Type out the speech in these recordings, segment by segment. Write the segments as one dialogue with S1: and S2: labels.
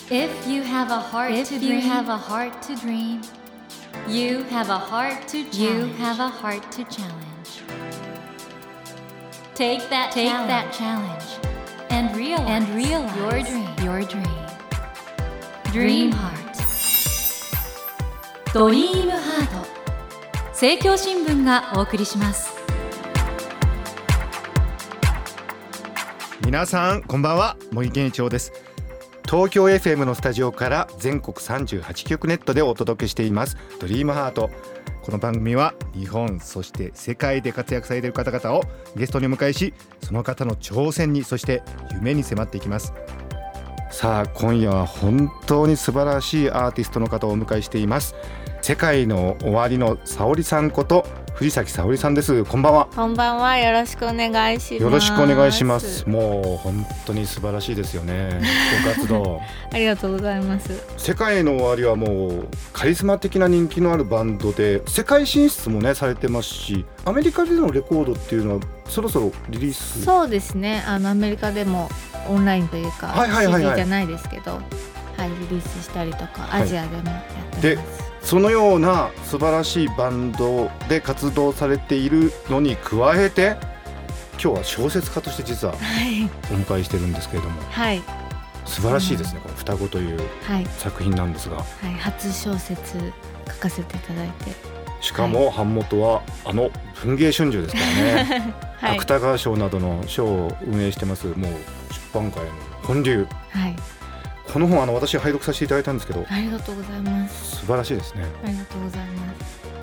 S1: If you have a heart to dream, you have a heart to dream. You have a heart to challenge. You have a heart to challenge. Take that challenge and realize your dream. Dream Heart. ドリームハート。政教新聞がお送りします。
S2: 皆さんこんばんは、茂木健一郎です。東京 FM のスタジオから全国38局ネットでお届けしていますドリームハート。この番組は日本そして世界で活躍されている方々をゲストにお迎えし、その方の挑戦にそして夢に迫っていきます。さあ今夜は本当に素晴らしいアーティストの方をお迎えしています。世界の終わりの沙織さんこと藤崎沙織さんです。こんばんは。
S3: こんばんは、よろしくお願いします。
S2: よろしくお願いします。もう本当に素晴らしいですよね、ご活動
S3: ありがとうございます。
S2: 世界の終わりはもうカリスマ的な人気のあるバンドで世界進出もねされてますし、アメリカでのレコードっていうのはそろそろリリース。
S3: そうですね、アメリカでもオンラインというか、CD じゃないですけど、リリースしたりとか、アジアでもやってます。
S2: そのような素晴らしいバンドで活動されているのに加えて、今日は小説家として実はお迎えしてるんですけれども、素晴らしいですね。この双子という作品なんですが、
S3: 初小説書かせていただいて、
S2: しかも版元は文藝春秋ですからね芥川賞などの賞を運営してます、もう出版界の本流。この本私拝読させていただいたんですけど、
S3: ありがとうございます。
S2: 素晴らしいですね。
S3: ありがとうございます。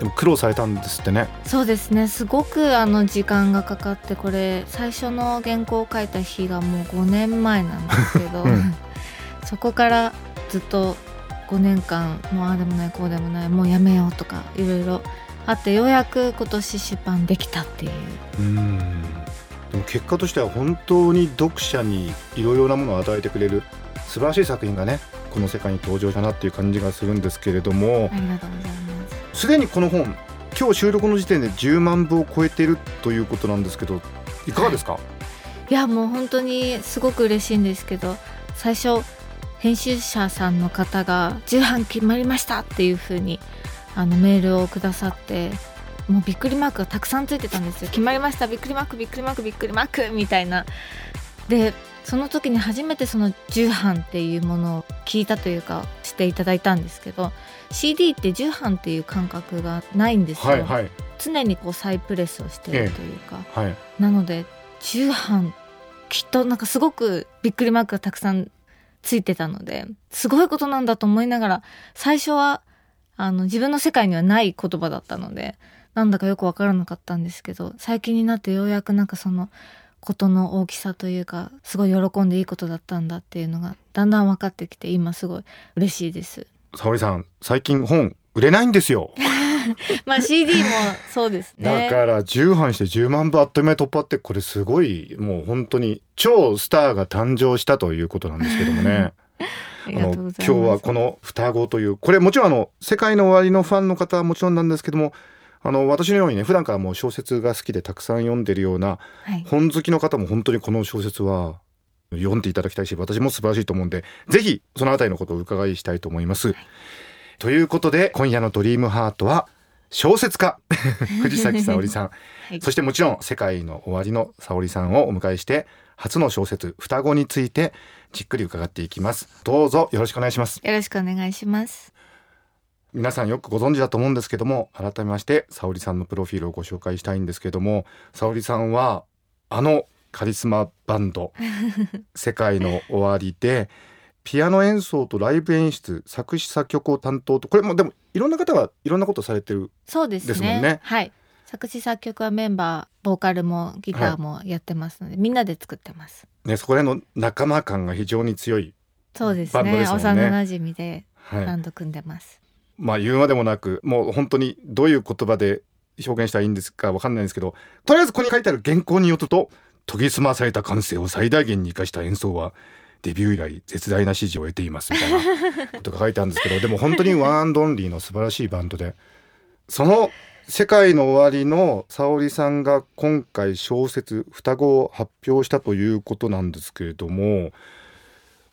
S2: でも苦労されたんですってね。
S3: そうですね、すごく時間がかかって、これ最初の原稿を書いた日がもう5年前なんですけど、そこからずっと5年間もうああでもないこうでもない、もうやめようとかいろいろあって、ようやく今年出版できたっていう。
S2: でも結果としては本当に読者にいろいろなものを与えてくれる素晴らしい作品がね、この世界に登場したなっていう感じがするんですけれども、
S3: ありがとうございます。
S2: すでにこの本、今日収録の時点で10万部を超えているということなんですけど、いかがですか？
S3: いやもう本当にすごく嬉しいんですけど、最初編集者さんの方が10版決まりましたっていう風にメールをくださって、もうびっくりマークがたくさんついてたんですよ。決まりました、びっくりマークびっくりマークびっくりマークみたいな。でその時に初めてその10版っていうものを聞いたというかしていただいたんですけど、 CD って10版っていう感覚がないんですよ、常にこう再プレスをしているというか、なので10版きっとなんかすごくびっくりマークがたくさんついてたので、すごいことなんだと思いながら、最初は自分の世界にはない言葉だったのでなんだかよく分からなかったんですけど、最近になってようやくなんかそのことの大きさというか、すごい喜んでいいことだったんだっていうのがだんだん分かってきて、今すごい嬉しいです。
S2: 沙織さん、最近本売れないんですよ
S3: CD もそうですね。
S2: だから10版して10万部あっという間に突破って、これすごい、もう本当に超スターが誕生したということなんですけどもね今日はこの双子という、これもちろん世界の終わりのファンの方はもちろんなんですけども、私のようにね、普段からもう小説が好きでたくさん読んでるような本好きの方も本当にこの小説は読んでいただきたいし、私も素晴らしいと思うんで、ぜひそのあたりのことをお伺いしたいと思います、ということで今夜のドリームハートは小説家藤崎沙織さん、そしてもちろん世界の終わりの沙織さんをお迎えして、初の小説双子についてじっくり伺っていきます。どうぞよろしくお願いします。
S3: よろしくお願いします。
S2: 皆さんよくご存知だと思うんですけども、改めまして沙織さんのプロフィールをご紹介したいんですけども、沙織さんはカリスマバンド世界の終わりでピアノ演奏とライブ演出、作詞作曲を担当と、これもでもいろんな方がいろんなことをされてる
S3: そうですね。
S2: ですもんね。
S3: 作詞作曲はメンバー、ボーカルもギターもやってますので、みんなで作ってます、
S2: そこら辺の仲間感が非常に強い
S3: そうですね。
S2: バンドですもんね。
S3: 幼馴染でバンド組んでます、
S2: 言うまでもなく、もう本当にどういう言葉で表現したらいいんですか分かんないんですけど、とりあえずここに書いてある原稿によると、研ぎ澄まされた感性を最大限に生かした演奏はデビュー以来絶大な支持を得ていますみたいなことが書いてあるんですけど、でも本当にワンアンドオンリーの素晴らしいバンドで、その世界の終わりの沙織さんが今回小説双子を発表したということなんですけれども、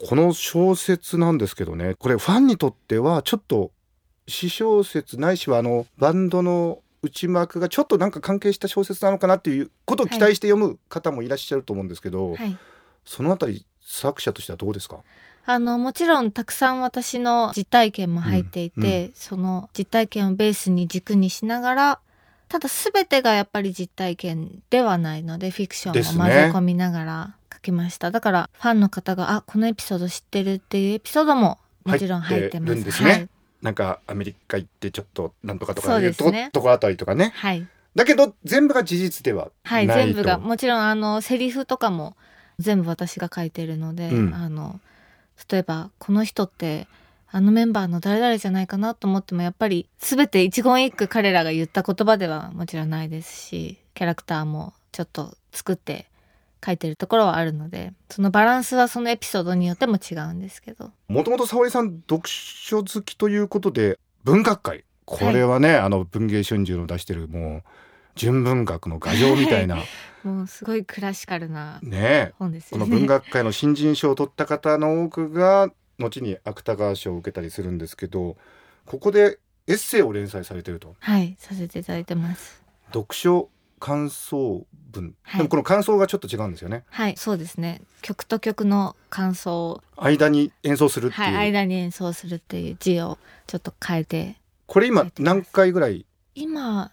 S2: この小説なんですけどね、これファンにとってはちょっと私小説ないしはバンドの内幕がちょっとなんか関係した小説なのかなっていうことを期待して読む方もいらっしゃると思うんですけど、
S3: はい、
S2: そのあたり作者としてはどうですか？
S3: もちろんたくさん私の実体験も入っていて、その実体験をベースに軸にしながら、ただ全てがやっぱり実体験ではないのでフィクションも混ぜ込みながら書きました。だからファンの方がこのエピソード知ってるっていうエピソードももちろん入ってます。
S2: るんですね、はい、なんかアメリカ行ってちょっとなんとかとかいうとこあたりとかね、
S3: はい、
S2: だけど全部が事実ではないと、
S3: はい、全部がもちろんセリフとかも全部私が書いてるので、例えばこの人ってメンバーの誰々じゃないかなと思ってもやっぱり全て一言一句彼らが言った言葉ではもちろんないですし、キャラクターもちょっと作って書いてるところはあるので、そのバランスはそのエピソードによっても違うんですけど。
S2: もともと沙織さん読書好きということで文学界、これはね、はい、文藝春秋の出してるもう純文学の牙城みたいな
S3: もうすごいクラシカルな本ですよね。
S2: この文学界の新人賞を取った方の多くが後に芥川賞を受けたりするんですけど、ここでエッセイを連載されてると。
S3: はい、させていただいてます。
S2: 読書感想文、はい、でもこの感想がちょっと違うんですよね。
S3: はい、そうですね。曲と曲の感想を
S2: 間に演奏するっていう、
S3: はい、間に演奏するっていう字をちょっと変えて。
S2: これ今何回ぐらい？
S3: 今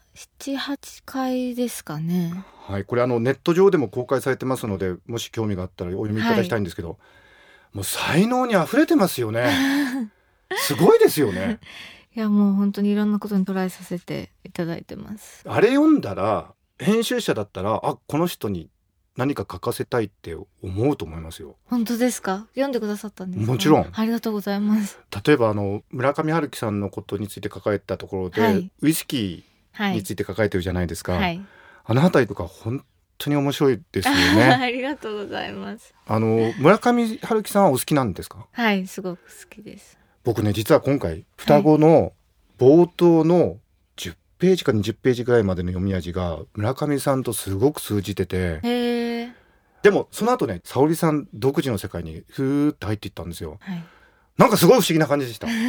S3: 7,8 回ですかね。
S2: はい、これネット上でも公開されてますので、もし興味があったらお読みいただきたいんですけど、はい、もう才能にあふれてますよねすごいですよね。
S3: いや、もう本当にいろんなことにトライさせていただいてます。
S2: あれ読んだら編集者だったらこの人に何か書かせたいって思うと思いますよ。
S3: 本当ですか？読んでくださったんですか？
S2: もちろん。
S3: ありがとうございます。
S2: 例えば村上春樹さんのことについて書かれたところで、はい、ウイスキーについて書かれてるじゃないですか、はい、あのあたりとか本当に面白いですよね
S3: ありがとうございます。
S2: 村上春樹さんはお好きなんですか？
S3: はい、すごく好きです。
S2: 僕ね、実は今回双子の冒頭の10ページか20ページぐらいまでの読み味が村上さんとすごく通じてて、でもその後ね、沙織さん独自の世界にふーって入っていったんですよ、はい、なんかすごい不思議な感じでしたはい、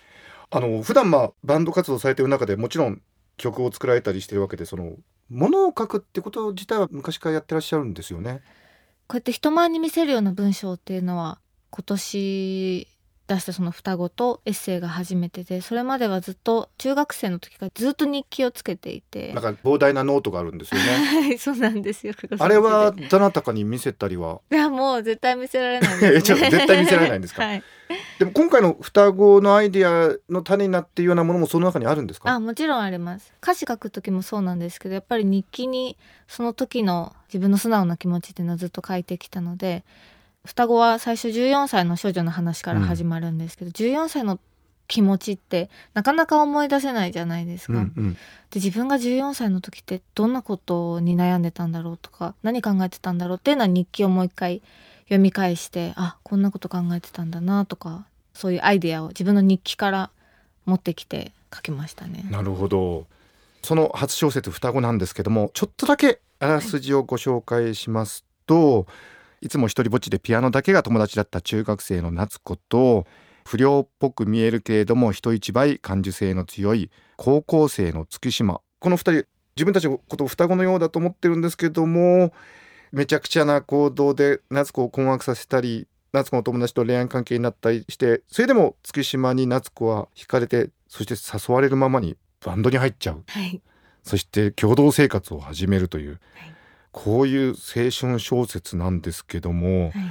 S2: 普段バンド活動されてる中でもちろん曲を作られたりしてるわけで、物を書くってこと自体は昔からやってらっしゃるんですよね。
S3: こうやって人前に見せるような文章っていうのは今年出したその双子とエッセイが初めてで、それまではずっと中学生の時からずっと日記をつけていて、
S2: なんか膨大なノートがあるんですよね
S3: はい、そうなんですよ。
S2: あれはどなたかに見せたりは？
S3: いや、もう絶対見せられないですね
S2: 絶対見せられないんですか、はい、でも今回の双子のアイデアの種になっているようなものもその中にあるんですか？
S3: もちろんあります。歌詞書く時もそうなんですけど、やっぱり日記にその時の自分の素直な気持ちっていうのをずっと書いてきたので、双子は最初14歳の少女の話から始まるんですけど、14歳の気持ちってなかなか思い出せないじゃないですか、で自分が14歳の時ってどんなことに悩んでたんだろうとか、何考えてたんだろうっていうのは日記をもう一回読み返して、こんなこと考えてたんだなとか、そういうアイデアを自分の日記から持ってきて書きましたね。
S2: なるほど。その初小説双子なんですけども、ちょっとだけあらすじをご紹介しますと、いつも一人ぼっちでピアノだけが友達だった中学生の夏子と、不良っぽく見えるけれども人一倍感受性の強い高校生の月島、この二人自分たちのことを双子のようだと思ってるんですけども、めちゃくちゃな行動で夏子を困惑させたり、夏子の友達と恋愛関係になったりして、それでも月島に夏子は惹かれて、そして誘われるままにバンドに入っちゃう、はい、そして共同生活を始めるという、はい、こういう青春小説なんですけども、はい、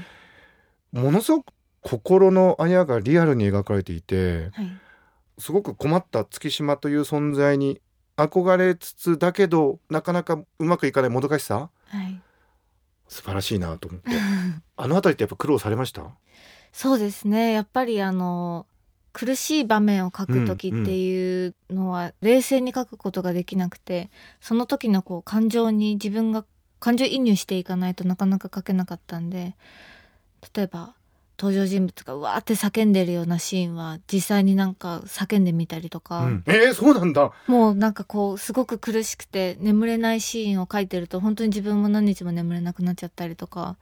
S2: ものすごく心のあやがリアルに描かれていて、はい、すごく困った月島という存在に憧れつつだけどなかなかうまくいかないもどかしさ、はい、素晴らしいなと思ってあのあたりってやっぱ苦労されました？
S3: そうですね、やっぱり苦しい場面を書く時っていうのは冷静に書くことができなくて、その時の感情に自分が感情移入していかないとなかなか書けなかったんで、例えば登場人物がうわーって叫んでるようなシーンは実際になんか叫んでみたりとか、
S2: そうなんだ。
S3: もうなんかすごく苦しくて眠れないシーンを書いてると本当に自分も何日も眠れなくなっちゃったりとか、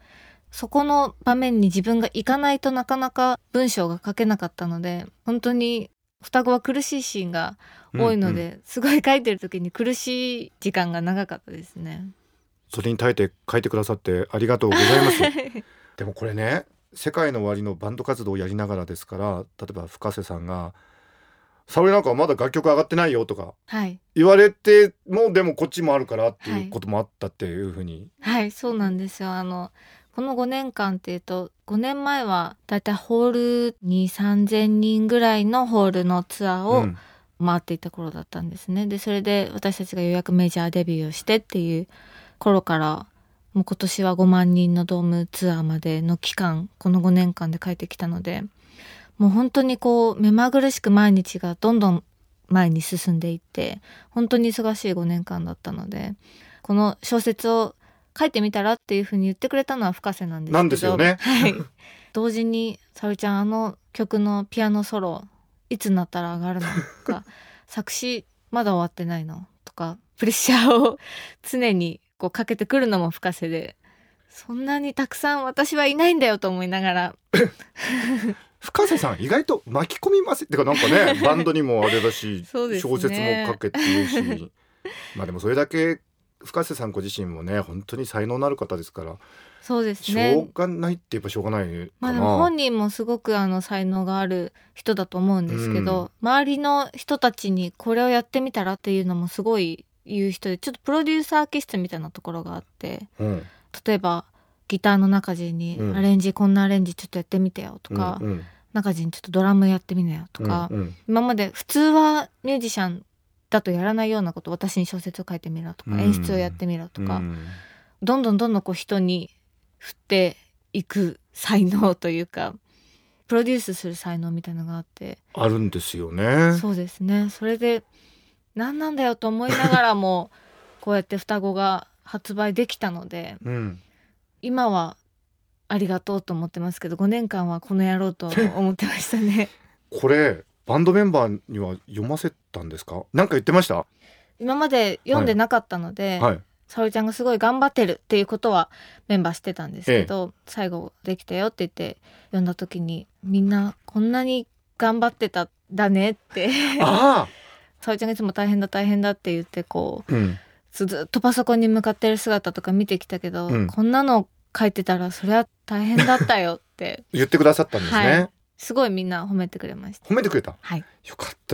S3: そこの場面に自分が行かないとなかなか文章が書けなかったので、本当に双子は苦しいシーンが多いので、すごい書いてる時に苦しい時間が長かったですね。
S2: それに耐えて書いてくださってありがとうございますでもこれね、世界の終わりのバンド活動をやりながらですから、例えば深瀬さんが沙織なんかまだ楽曲上がってないよとか言われても、でもこっちもあるからっていうこともあったっていうふうに。
S3: はい、そうなんですよ。この5年間っていうと、5年前はだいたいホール2、3000人ぐらいのホールのツアーを回っていた頃だったんですね。で、それで私たちがようやくメジャーデビューをしてっていう頃から、もう今年は5万人のドームツアーまでの期間、この5年間で書いてきたので、もう本当にこう目まぐるしく毎日がどんどん前に進んでいって、本当に忙しい5年間だったので、この小説を書いてみたらっていう風に言ってくれたのは深瀬なんですけど、
S2: なんですよね。
S3: はい。同時に沙織ちゃん、あの曲のピアノソロいつになったら上がるのとか作詞まだ終わってないのとか、プレッシャーを常にこうかけてくるのも深瀬で、そんなにたくさん私はいないんだよと思いながら
S2: 深瀬さん意外と巻き込みますってか、なんかねバンドにもあれだし、
S3: そうですね、
S2: 小説も書けっていうしまあでもそれだけ深瀬さんご自身もね本当に才能のある方ですから、
S3: そうですね、
S2: しょうがないって言えばしょうがないかな。
S3: まあでも本人もすごく才能がある人だと思うんですけど、周りの人たちにこれをやってみたらっていうのもすごい言う人で、ちょっとプロデューサー気質みたいなところがあって、例えばギターの中地にアレンジ、こんなアレンジちょっとやってみてよとか、中地にちょっとドラムやってみなよとか、今まで普通はミュージシャンだとやらないようなこと、私に小説を書いてみろとか、演出をやってみろとか、どんどんこう人に振っていく才能というか、プロデュースする才能みたいなのがあって、
S2: あるんですよね。
S3: そうですね。それで何なんだよと思いながらもこうやって双子が発売できたので、今はありがとうと思ってますけど、5年間はこの野郎と思ってましたね
S2: これバンドメンバーには読ませたんですか？なんか言ってました？
S3: 今まで読んでなかったので、沙織ちゃんがすごい頑張ってるっていうことはメンバー知ってたんですけど、最後できたよって言って読んだ時に、みんなこんなに頑張ってたんだねって沙織ちゃんがいつも大変だって言ってこう、ずっとパソコンに向かってる姿とか見てきたけど、こんなの書いてたらそりゃ大変だったよって
S2: 言ってくださったんですね。
S3: すごいみんな褒めてくれました。
S2: 褒めてくれた？よかった。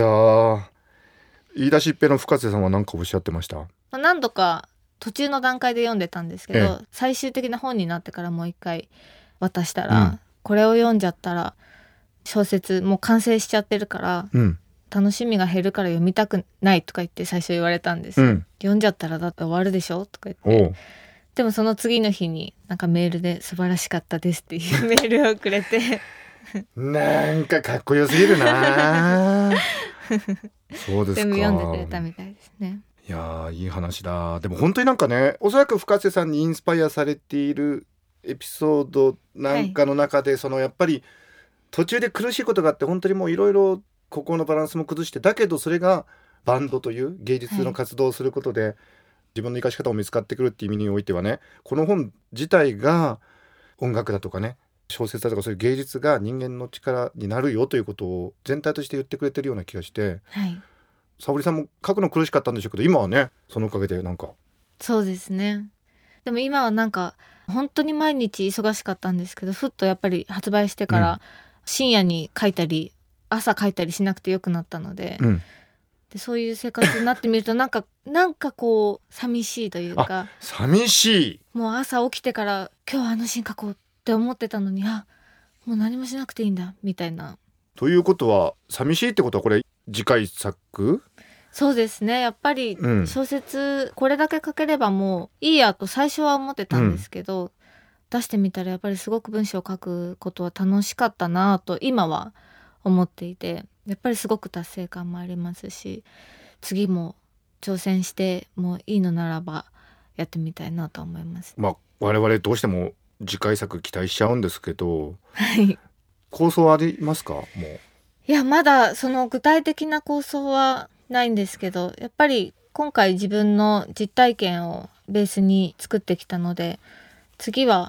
S2: 言い出しっぺの深瀬さんは何かおっしゃってました？
S3: 何度か途中の段階で読んでたんですけど、最終的な本になってからもう一回渡したら、これを読んじゃったら小説もう完成しちゃってるから、楽しみが減るから読みたくないとか言って最初言われたんですよ、読んじゃったらだって終わるでしょとか言って、でもその次の日になんかメールで素晴らしかったですっていうメールをくれて
S2: なんかかっこよすぎるなそうですか。
S3: 全部読んでくれたみたいですね。
S2: いやいい話だ。でも本当になんかね、おそらく深瀬さんにインスパイアされているエピソードなんかの中で、そのやっぱり途中で苦しいことがあって、本当にもういろいろ心のバランスも崩して、だけどそれがバンドという芸術の活動をすることで、自分の生かし方を見つかってくるっていう意味においてはね、この本自体が音楽だとかね、小説だとかそういう芸術が人間の力になるよということを全体として言ってくれてるような気がして、沙織さんも書くの苦しかったんでしょうけど、今はねそのおかげでなんか。
S3: そうですね。でも今はなんか本当に毎日忙しかったんですけど、ふっとやっぱり発売してから深夜に書いたり朝書いたりしなくてよくなったので、でそういう生活になってみるとなんかこう寂しいというか。
S2: 寂しい。
S3: もう朝起きてから今日あのシーン書こうって思ってたのに、もう何もしなくていいんだみたいな。
S2: ということは寂しいってことは、これ次回作？
S3: そうですね。やっぱり小説これだけ書ければもういいやと最初は思ってたんですけど、出してみたらやっぱりすごく文章を書くことは楽しかったなと今は思っていて、やっぱりすごく達成感もありますし、次も挑戦してもいいのならばやってみたいなと思います。
S2: 我々どうしても次回作期待しちゃうんですけど、構想ありますか？もう
S3: いや、まだその具体的な構想はないんですけど、やっぱり今回自分の実体験をベースに作ってきたので、次は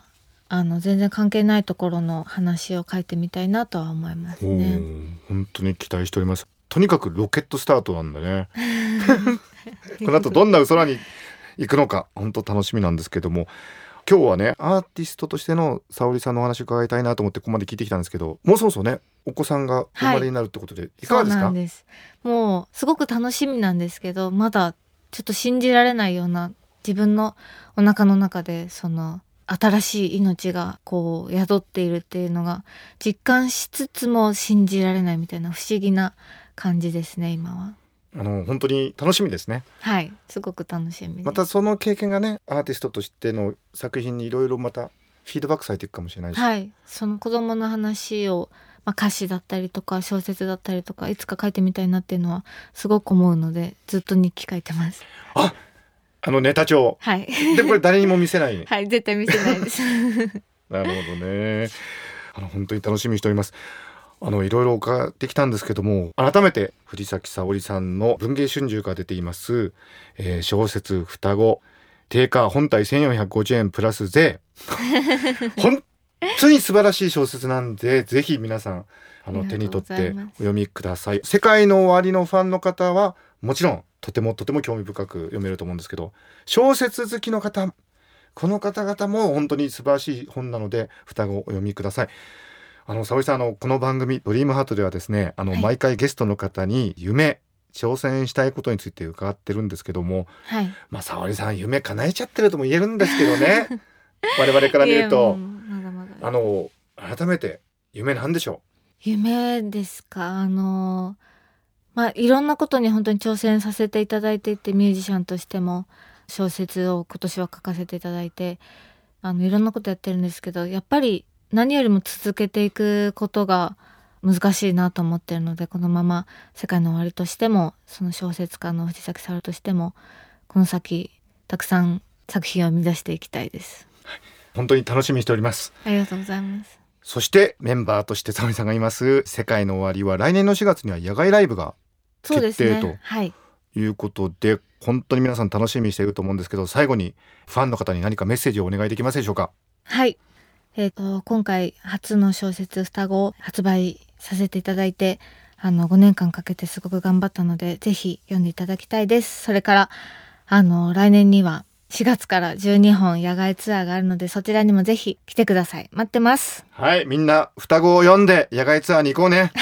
S3: 全然関係ないところの話を書いてみたいなとは思いますね。
S2: 本当に期待しております。とにかくロケットスタートなんだねこの後どんな空に行くのか本当楽しみなんですけども、今日はねアーティストとしての沙織さんのお話を伺いたいなと思ってここまで聞いてきたんですけど、もうそろそろねお子さんが生まれになるってことで、いかがですか？
S3: そうなんです。もうすごく楽しみなんですけど、まだちょっと信じられないような、自分のお腹の中でその新しい命がこう宿っているっていうのが実感しつつも信じられないみたいな不思議な感じですね今は。
S2: 本当に楽しみですね。
S3: はい、すごく楽しみです。
S2: またその経験がねアーティストとしての作品にいろいろまたフィードバックされていくかもしれないし、
S3: はい、その子供の話を、歌詞だったりとか小説だったりとかいつか書いてみたいなっていうのはすごく思うので、ずっと日記書いてます。
S2: ネタ帳、
S3: はい、
S2: でこれ誰にも見せない
S3: はい、絶対見せないです
S2: なるほどね。本当に楽しみにしております。いろいろ伺ってきたんですけども、改めて藤崎沙織さんの文藝春秋から出ています、小説双子、定価本体1450円プラス税本当に素晴らしい小説なんで、ぜひ皆さん手に取ってお読みください。世界の終わりのファンの方はもちろんとても興味深く読めると思うんですけど、小説好きの方、この方々も本当に素晴らしい本なので双子をお読みください。沙織さんこの番組ドリームハートではですね
S3: はい、
S2: 毎回ゲストの方に夢挑戦したいことについて伺ってるんですけども、
S3: はい、
S2: 沙織さん夢叶えちゃってるとも言えるんですけどね我々から見ると
S3: まだまだ
S2: 改めて夢なんでしょ
S3: う。夢ですか？いろんなことに本当に挑戦させていただいていて、ミュージシャンとしても小説を今年は書かせていただいていろんなことやってるんですけど、やっぱり何よりも続けていくことが難しいなと思ってるので、このまま世界の終わりとしてもその小説家の藤崎沙織としてもこの先たくさん作品を生み出していきたいです。
S2: 本当に楽しみにしております。
S3: ありがとうございます。
S2: そしてメンバーとして沙織さんがいます世界の終わりは来年の4月には野外ライブが決定ということで、本当に皆さん楽しみにしていると思うんですけど、最後にファンの方に何かメッセージをお願いできますでしょうか？
S3: はい、今回初の小説双子を発売させていただいて5年間かけてすごく頑張ったので、ぜひ読んでいただきたいです。それから来年には4月から12本野外ツアーがあるので、そちらにもぜひ来てください。待ってます。
S2: はい、みんな双子を読んで野外ツアーに行こうね、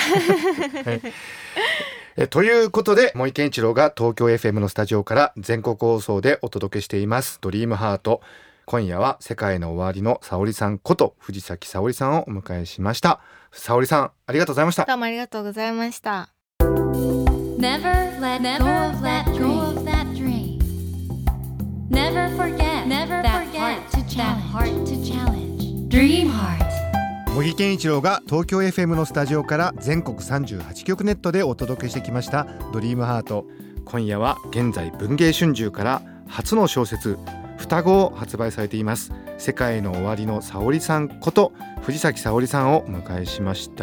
S2: はい、ということで森健一郎が東京 FM のスタジオから全国放送でお届けしていますドリームハート。今夜は世界の終わりの沙織さんこと藤崎沙織さんをお迎えしました。沙織さんありがとうございました。
S3: どうもありがとうございました。
S1: Never let go of that dream. Never forget that heart to challenge. Dream Heart。
S2: 森健一郎が東京 FM のスタジオから全国38局ネットでお届けしてきましたドリームハート。今夜は現在文藝春秋から初の小説双子を発売されています世界の終わりの沙織さんこと藤崎沙織さんをお迎えしました。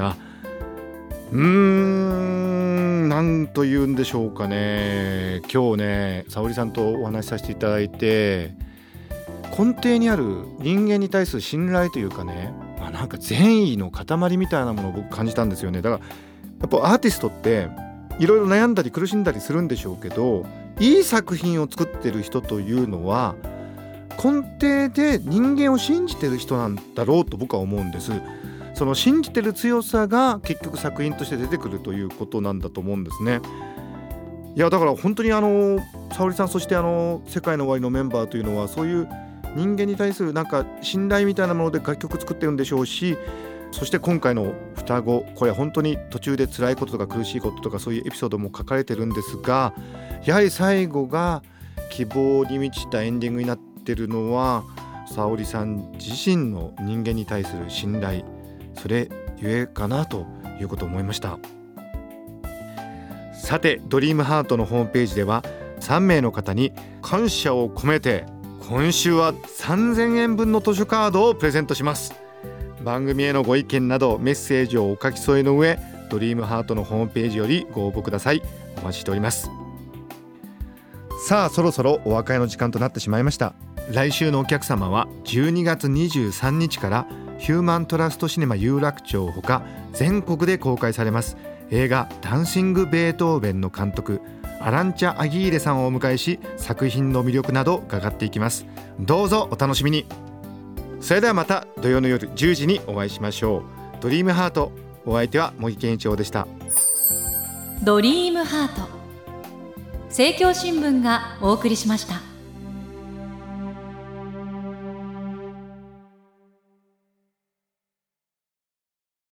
S2: なんというんでしょうかね、今日ね沙織さんとお話しさせていただいて、根底にある人間に対する信頼というかね、なんか善意の塊みたいなものを僕感じたんですよね。だからやっぱアーティストっていろいろ悩んだり苦しんだりするんでしょうけど、いい作品を作ってる人というのは根底で人間を信じてる人なんだろうと僕は思うんです。その信じてる強さが結局作品として出てくるということなんだと思うんですね。いやだから本当に沙織さん、そして世界の終わりのメンバーというのはそういう人間に対するなんか信頼みたいなもので楽曲作ってるんでしょうし、そして今回の双子、これは本当に途中で辛いこととか苦しいこととかそういうエピソードも書かれてるんですが、やはり最後が希望に満ちたエンディングになってるのは沙織さん自身の人間に対する信頼、それゆえかなということを思いました。さてドリームハートのホームページでは3名の方に感謝を込めて今週は3000円分の図書カードをプレゼントします。番組へのご意見などメッセージをお書き添えの上、ドリームハートのホームページよりご応募ください。お待ちしております。さあそろそろお別れの時間となってしまいました。 来週のお客様は12月23日からヒューマントラストシネマ有楽町ほか全国で公開されます映画ダンシング・ベートーベンの監督アランチャ・アギーレさんをお迎えし、作品の魅力など伺っていきます。どうぞお楽しみに。それではまた土曜の夜10時にお会いしましょう。ドリームハート、お相手は茂木健一郎でした。
S1: ドリームハート、政教新聞がお送りしました。